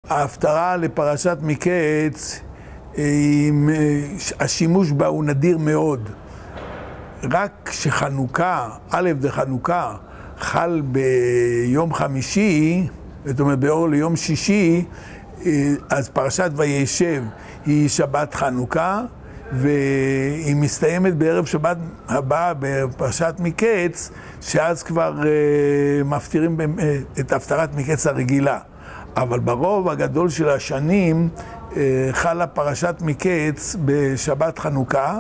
ההפטרה לפרשת מקץ, השימוש בה הוא נדיר מאוד. רק שחנוכה, א' דחנוכה, חל ביום חמישי, זאת אומרת באור ליום שישי, אז פרשת וישב היא שבת חנוכה, והיא מסתיימת בערב שבת הבאה בפרשת מקץ, שאז כבר מפטירים את הפטרת מקץ הרגילה. אבל ברוב הגדול של השנים חלה פרשת מקץ בשבת חנוכה,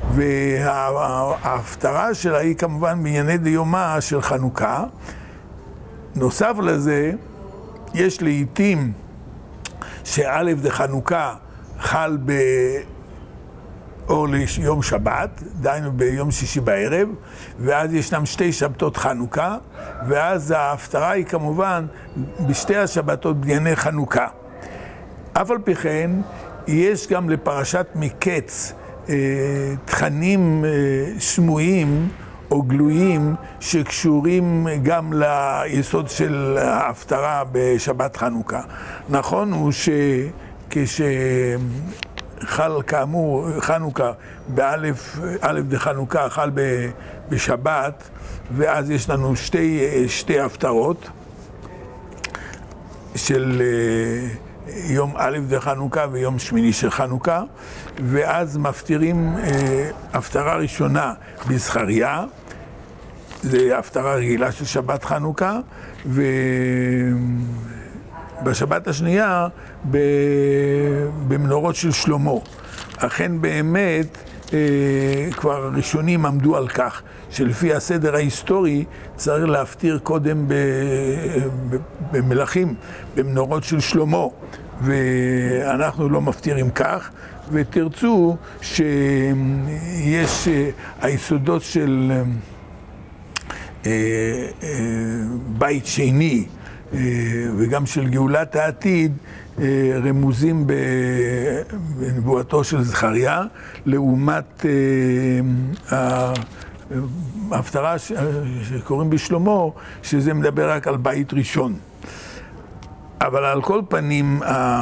וההפטרה שלה היא כמובן בענייני דיומה של חנוכה. נוסף לזה, יש לעיתים שא' דחנוכה חל באור ליום שבת, דהיינו ביום שישי בערב, ואז ישנם שתי שבתות חנוכה, ואז ההפטרה היא כמובן בשתי השבתות בענייני חנוכה. אף על פי כן, יש גם לפרשת מקץ תכנים סמויים או גלויים שקשורים גם ליסוד של ההפטרה בשבת חנוכה. נכון הוא שכשחל כאמור חנוכה באלף דחנוכה חל בשבת, ואז יש לנו שתי הפטרות של יום א' דחנוכה ויום שמיני של חנוכה, ואז מפטירים הפטרה ראשונה בזכריה, זה הפטרה רגילה של שבת חנוכה, ובשבת השנייה במנורות של שלמה. אכן באמת כבר הראשונים עמדו על כך שלפי הסדר ההיסטורי צריך להפטיר קודם במלכים, במנורות של שלמה, ואנחנו לא מפטירים כך. ותרצו שיש היסודות של בית שני וגם של גאולת העתיד רמוזים בנבואתו של זכריה, לעומת ההפטרה שקוראים בשלמה, שזה מדבר רק על בית ראשון. אבל על כל פנים,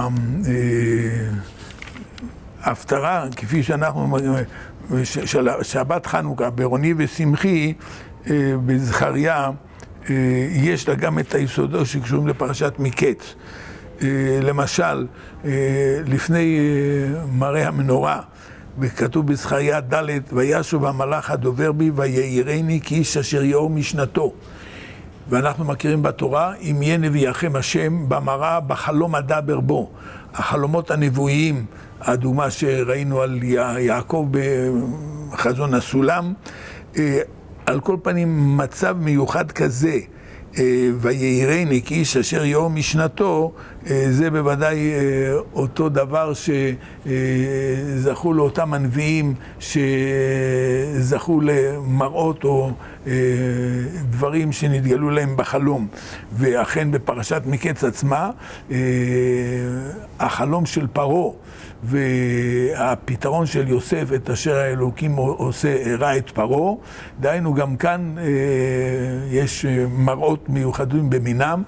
ההפטרה, כפי שאנחנו, שבת חנוכה, בעירוני ושמחי, בזכריה, יש לה גם את היסודות שקשורים לפרשת מקץ. למשל, לפני מראה המנורה, וכתוב בזכריה ד' וישוב המלאך הדובר בי ויעירני כאיש אשר יאור משנתו. ואנחנו מכירים בתורה, אם יהיה נביאכם השם במראה בחלום אדבר בו. החלומות הנבואיים, הדוגמה שראינו על יעקב בחזון הסולם, על כל פנים מצב מיוחד כזה, ויעירני כאיש אשר יאור משנתו, זה בוודאי אותו דבר שזכו לאותם הנביאים שזכו למראות או דברים שנתגלו להם בחלום. ואכן בפרשת מקץ עצמה, החלום של פרעה והפתרון של יוסף, את אשר האלוקים עושה הרע את פרעה, דהיינו גם כאן יש מראות מיוחדים במינם.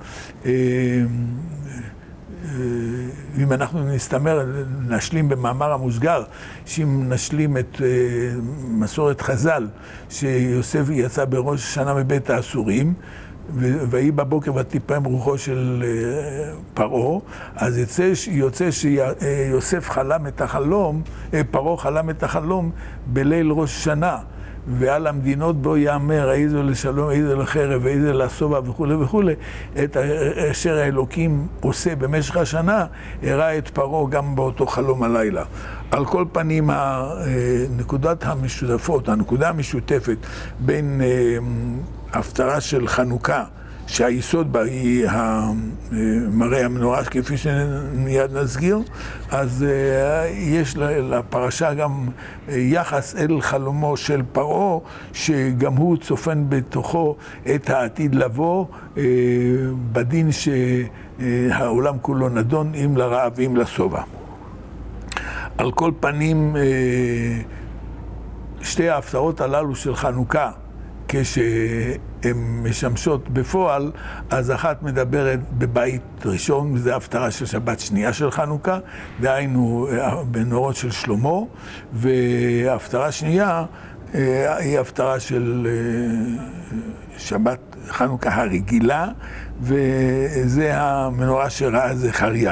אם אנחנו נשלים במאמר המוסגר, שאם נשלים את מסורת חז"ל, שיוסף יצא בראש השנה מבית האסורים, ויהי בבוקר ותיפעם רוחו של פרעה, אז יוצא שיוסף חלם את החלום, פרעה חלם את החלום בליל ראש השנה, ועל המדינות בו יאמר איזו לשלום, איזו לחרב, איזו לשובע וכו' וכו', את אשר האלוקים עושה במשך השנה, הראה את פרעה גם באותו חלום הלילה. על כל פנים, הנקודה המשותפת בין ההפטרה של חנוכה, שהיסוד בה היא מראה המנורה, כפי שמיד נסגיר, אז יש לפרשה גם יחס אל חלומו של פרעה, שגם הוא צופן בתוכו את העתיד לבוא, בדין שהעולם כולו נדון, אם לרעה ואם לשובע. על כל פנים, שתי ההפטרות הללו של חנוכה, הן משמשות בפועל, אז אחת מדברת בבית ראשון, וזה הפטרה של שבת שנייה של חנוכה, דהיינו בנרות של שלמה, והפטרה שנייה היא הפטרה של שבת חנוכה הרגילה, וזה המנורה שראה זכריה.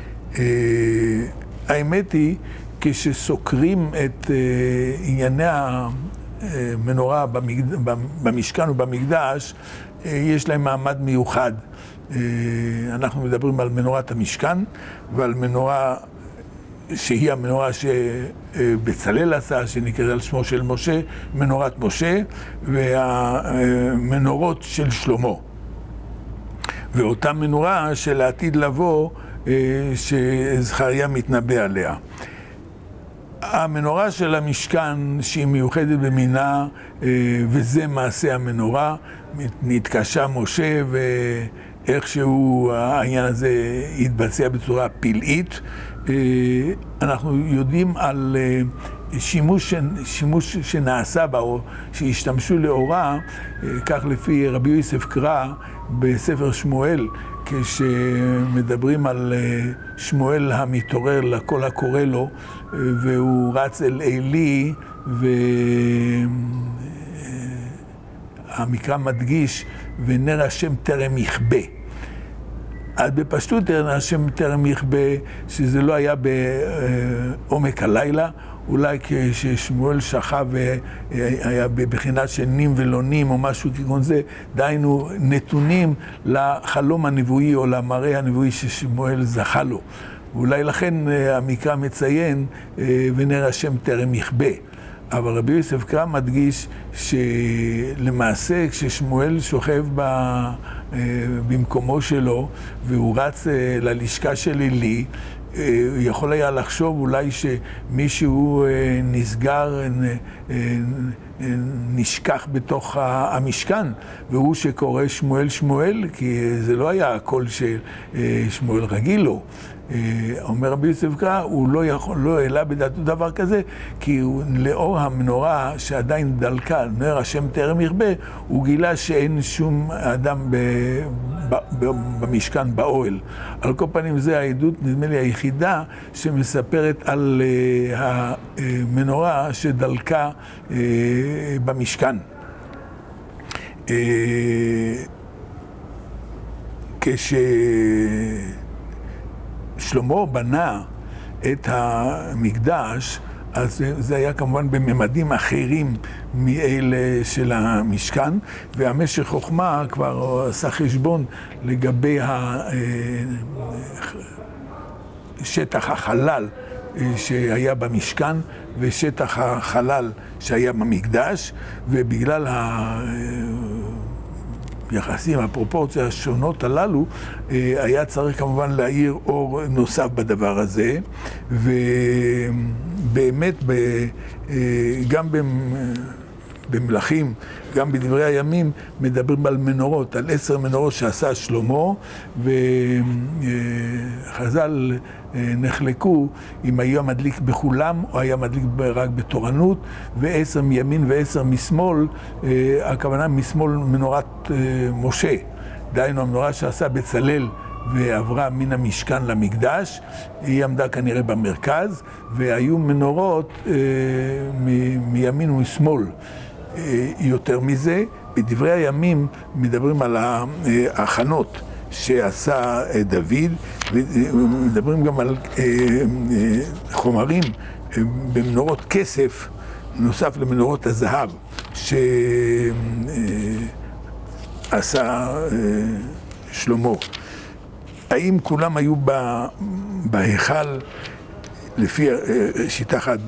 האמת היא, כשסוקרים את ענייני המנורה במשכן ובמקדש, יש להם מעמד מיוחד. אנחנו מדברים על מנורת המשכן ועל מנורה שהיא המנורה שבצלאל עשה, שנקראת על שמו של משה, מנורת משה, והמנורות של שלמה. ואותה מנורה של העתיד לבוא, שזכריה מתנבא עליה. המנורה של המשכן שהיא מיוחדת במינה, וזה מעשה המנורה, נתקשה משה ואיכשהו העניין הזה התבצע בצורה פלאית. אנחנו יודעים על שימוש שנעשה בה או שהשתמשו לאורה, כך לפי רבי יוסף קרא בספר שמואל, כשמדברים על שמואל המתעורר לקול הקורא לו, והוא רץ אל עלי, והמקרא מדגיש, ונר השם טרם יכבה. אז בפשטות נר השם טרם יכבה, שזה לא היה בעומק הלילה, אולי כששמואל שכב והיה בבחינת של נים ולא נים או משהו כגון זה, דהיינו נתונים לחלום הנבואי או למראה הנבואי ששמואל זכה לו. ואולי לכן המקרא מציין ונר השם טרם יכבה. אבל רבי יוסף קרא מדגיש שלמעשה כששמואל שוכב במקומו שלו והוא רץ ללשכה של עלי, יכול היה לחשוב אולי שמישהו נסגר, נשכח בתוך המשכן, והוא שקורא שמואל שמואל, כי זה לא היה הקול ששמואל רגיל לו. אומר רבי יוסף קרא, הוא לא העלה בדעתו דבר כזה, כי הוא, לאור המנורה שעדיין דלקה, נר השם טרם יכבה, הוא גילה שאין שום אדם במשכן, באוהל. על כל פנים, זה העדות, נדמה לי, היחידה שמספרת על המנורה שדלקה במשכן. כששלמה בנה את המקדש, אז זה היה כמובן בממדים אחרים מאלה של המשכן, והמשך חוכמה כבר עשה חשבון לגבי שטח החלל שהיה במשכן ושטח החלל שהיה במקדש, ובגלל היחסים, הפרופורציה השונות הללו, היה צריך כמובן להאיר אור נוסף בדבר הזה, ובאמת גם במלכים, גם בדברי הימים, מדברים על מנורות, על 10 מנורות שעשה שלמה, וחז"ל נחלקו אם היה מדליק בכולם או היה מדליק רק בתורנות, ו10 מימין ו10 משמאל, הכוונה משמאל מנורת משה, דהיינו המנורה שעשה בצלאל ועברה מן המשכן למקדש, היא עמדה כנראה במרכז, והיו מנורות מימין ומשמאל. יותר מזה, בדברי הימים מדברים על ההכנות שעשה דוד, ומדברים גם על חומרים במנורות כסף, נוסף למנורות הזהב, שעשה שלמה. האם כולם היו בהיכל לפי שיטה אחת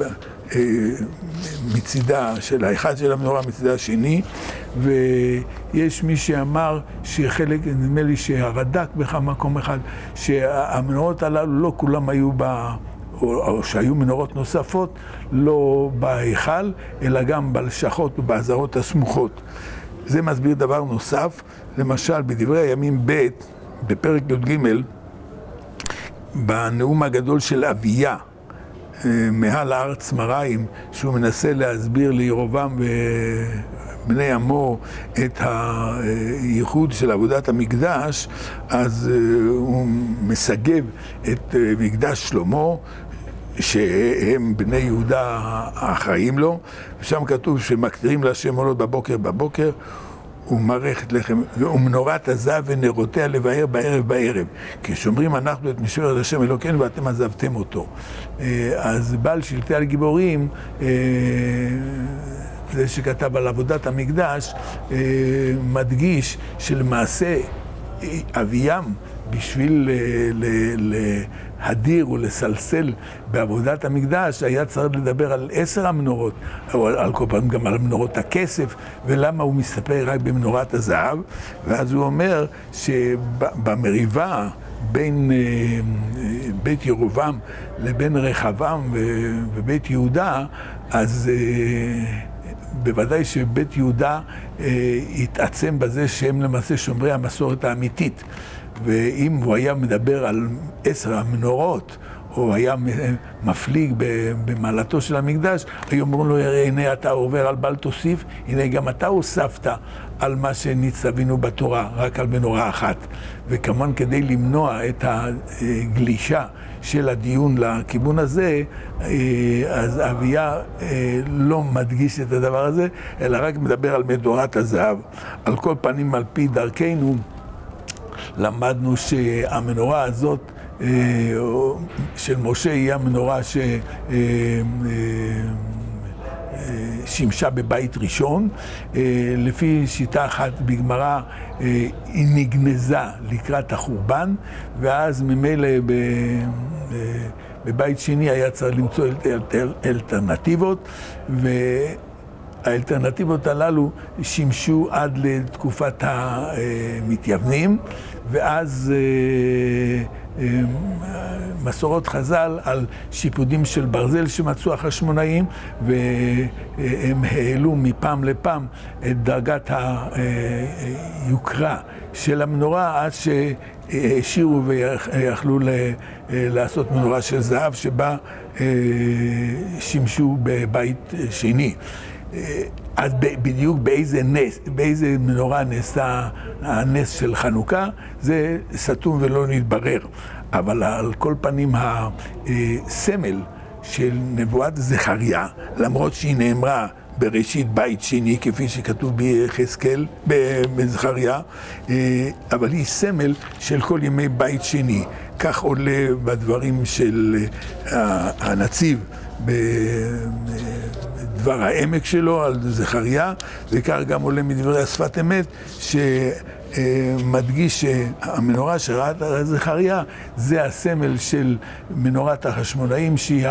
מצידה של האחד של המנורה, מצידה השני, ויש מי שאמר שחלק, נדמה לי שהרד"ק במקום אחד, שהמנורות הללו לא כולם היו או שהיו מנורות נוספות, לא בהיכל, אלא גם בלשכות ובעזרות הסמוכות. זה מסביר דבר נוסף, למשל בדברי הימים ב' בפרק י"ג, בנאום הגדול של אביה, מעל הארץ מריים, שהוא מנסה להסביר לירובעם בני עמו את הייחוד של עבודת המקדש, אז הוא מסגב את מקדש שלמה, שהם בני יהודה האחראים לו, ושם כתוב שמקריבים להשם עולות בבוקר, ומערכת לחם, ומנורת הזהב ונרותיה לבאר בערב. כי שומרים אנחנו את משמרת השם אלוקינו ואתם עזבתם אותו. אז בעל שלטי על גיבורים, זה שכתב על עבודת המקדש, מדגיש שלמעשה אביהם בשביל להדיר ולסלסל בעבודת המקדש, היה צריך לדבר על 10 המנורות, או על כל פעם גם על מנורות הכסף, ולמה הוא מסתפק רק במנורת הזהב. ואז הוא אומר שבמריבה בין בית ירובעם לבין רחבעם ובית יהודה, אז בוודאי שבית יהודה התעצם בזה שהם למעשה שומרי המסורת האמיתית. ואם הוא היה מדבר על 10 המנורות, או היה מפליג במעלתו של המקדש, היו אומרים לו, הנה אתה עובר על בל תוסיף, הנה גם אתה הוספת על מה שנצטווינו בתורה, רק על מנורה אחת. וכמובן כדי למנוע את הגלישה של הדיון לכיוון הזה, אז אביה לא מדגיש את הדבר הזה, אלא רק מדבר על מנורת הזהב. על כל פנים, על פי דרכנו, למדנו שהמנורה הזאת של משה היא המנורה ששימשה בבית ראשון. לפי שיטה אחת בגמרא היא נגנזה לקראת החורבן, ואז ממילא בבית שני היה צריך למצוא אלטרנטיבות, האלטרנטיבות הללו שימשו עד לתקופת המתייוונים, ואז מסורות חז"ל על שיפודים של ברזל שמצאו החשמונאים, והם העלו מפעם לפעם את דרגת היוקרה של המנורה, עד שהשאירו ויכלו לעשות מנורה של זהב שבה שימשו בבית שני. אז בדיוק באיזה מנורה נעשה הנס של חנוכה, זה סתום ולא נתברר. אבל על כל פנים הסמל של נבואת זכריה, למרות שהיא נאמרה בראשית בית שני, כפי שכתוב ביחזקאל, בזכריה, אבל היא סמל של כל ימי בית שני. כך עולה בדברים של הנציב בדבר העמק שלו על זכריה, וכך גם עולה מדברי השפת אמת, שמדגיש שהמנורה שראת זכריה זה הסמל של מנורת החשמונאים, שהיא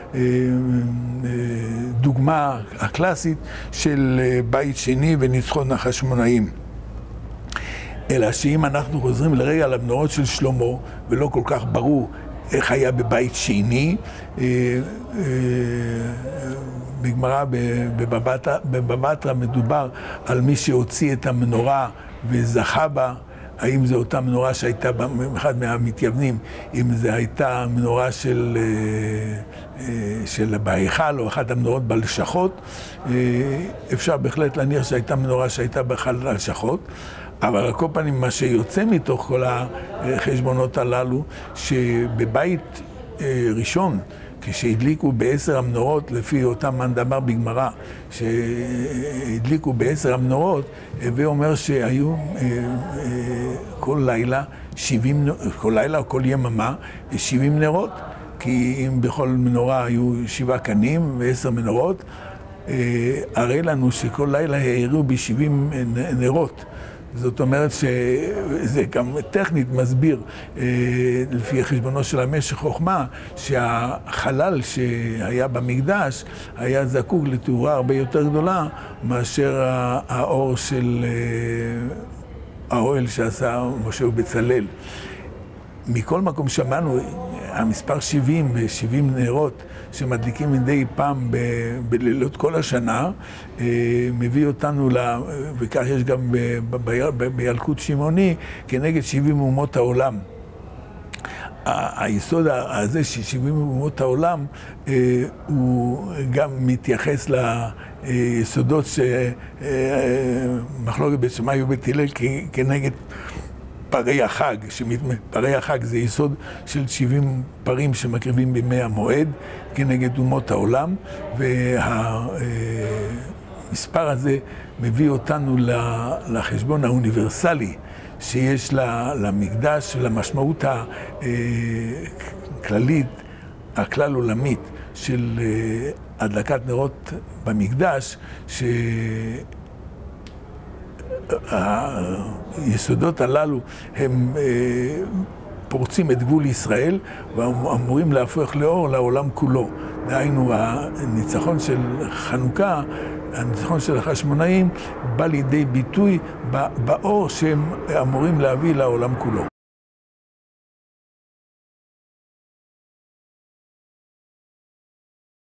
הדוגמה הקלאסית של בית שני וניצחון החשמונאים. אלא שאם אנחנו חוזרים לרגע למנורות של שלמה, ולא כל כך ברור איך היה בבית שני, בגמרא בבבא בתרא מדובר על מי שהוציא את המנורה וזכה בה. האם זו אותה מנורה שהייתה באחד מהמתייוונים, אם זו הייתה מנורה של בהיכל או אחת המנורות בלשכות, אפשר בהחלט להניח שהייתה מנורה שהייתה באחד הלשכות. אבל על כל פנים, מה שיוצא מתוך כל החשבונות הללו, שבבית ראשון, כשהדליקו ב10 המנורות, לפי אותם מאן דאמר בגמרא, שהדליקו ב10 המנורות, ואומר שהיו כל לילה 70, כל לילה או כל יממה 70 נרות, כי אם בכל מנורה היו 7 קנים ו10 מנורות, הרי לנו שכל לילה העירו ב70 נרות. זאת אומרת שזה גם טכנית מסביר, לפי חשבונו של המשך חוכמה, שהחלל שהיה במקדש היה זקוק לתאורה הרבה יותר גדולה מאשר האור של האוהל שעשה משה ובצלאל. מכל מקום שמענו המספר 70 ו70 נרות שמדליקים מדי פעם בלילות כל השנה, מביא אותנו, וכך יש גם בילקוט שמעוני, כנגד 70 אומות העולם. היסוד הזה של 70 אומות העולם, הוא גם מתייחס יסודות שמחלוקת בית שמאי ובית הלל כנגד פרי החג. פרי החג זה יסוד של 70 פרים שמקריבים בימי המועד כנגד אומות העולם, והמספר הזה מביא אותנו לחשבון האוניברסלי שיש למקדש ולמשמעות הכללית, הכלל עולמית של הדלקת נרות במקדש, שהיסודות הללו הם פורצים את גבול ישראל ואמורים להפוך לאור לעולם כולו. דהיינו, הניצחון של חנוכה, הניצחון של החשמונאים, בא לידי ביטוי באור שהם אמורים להביא לעולם כולו.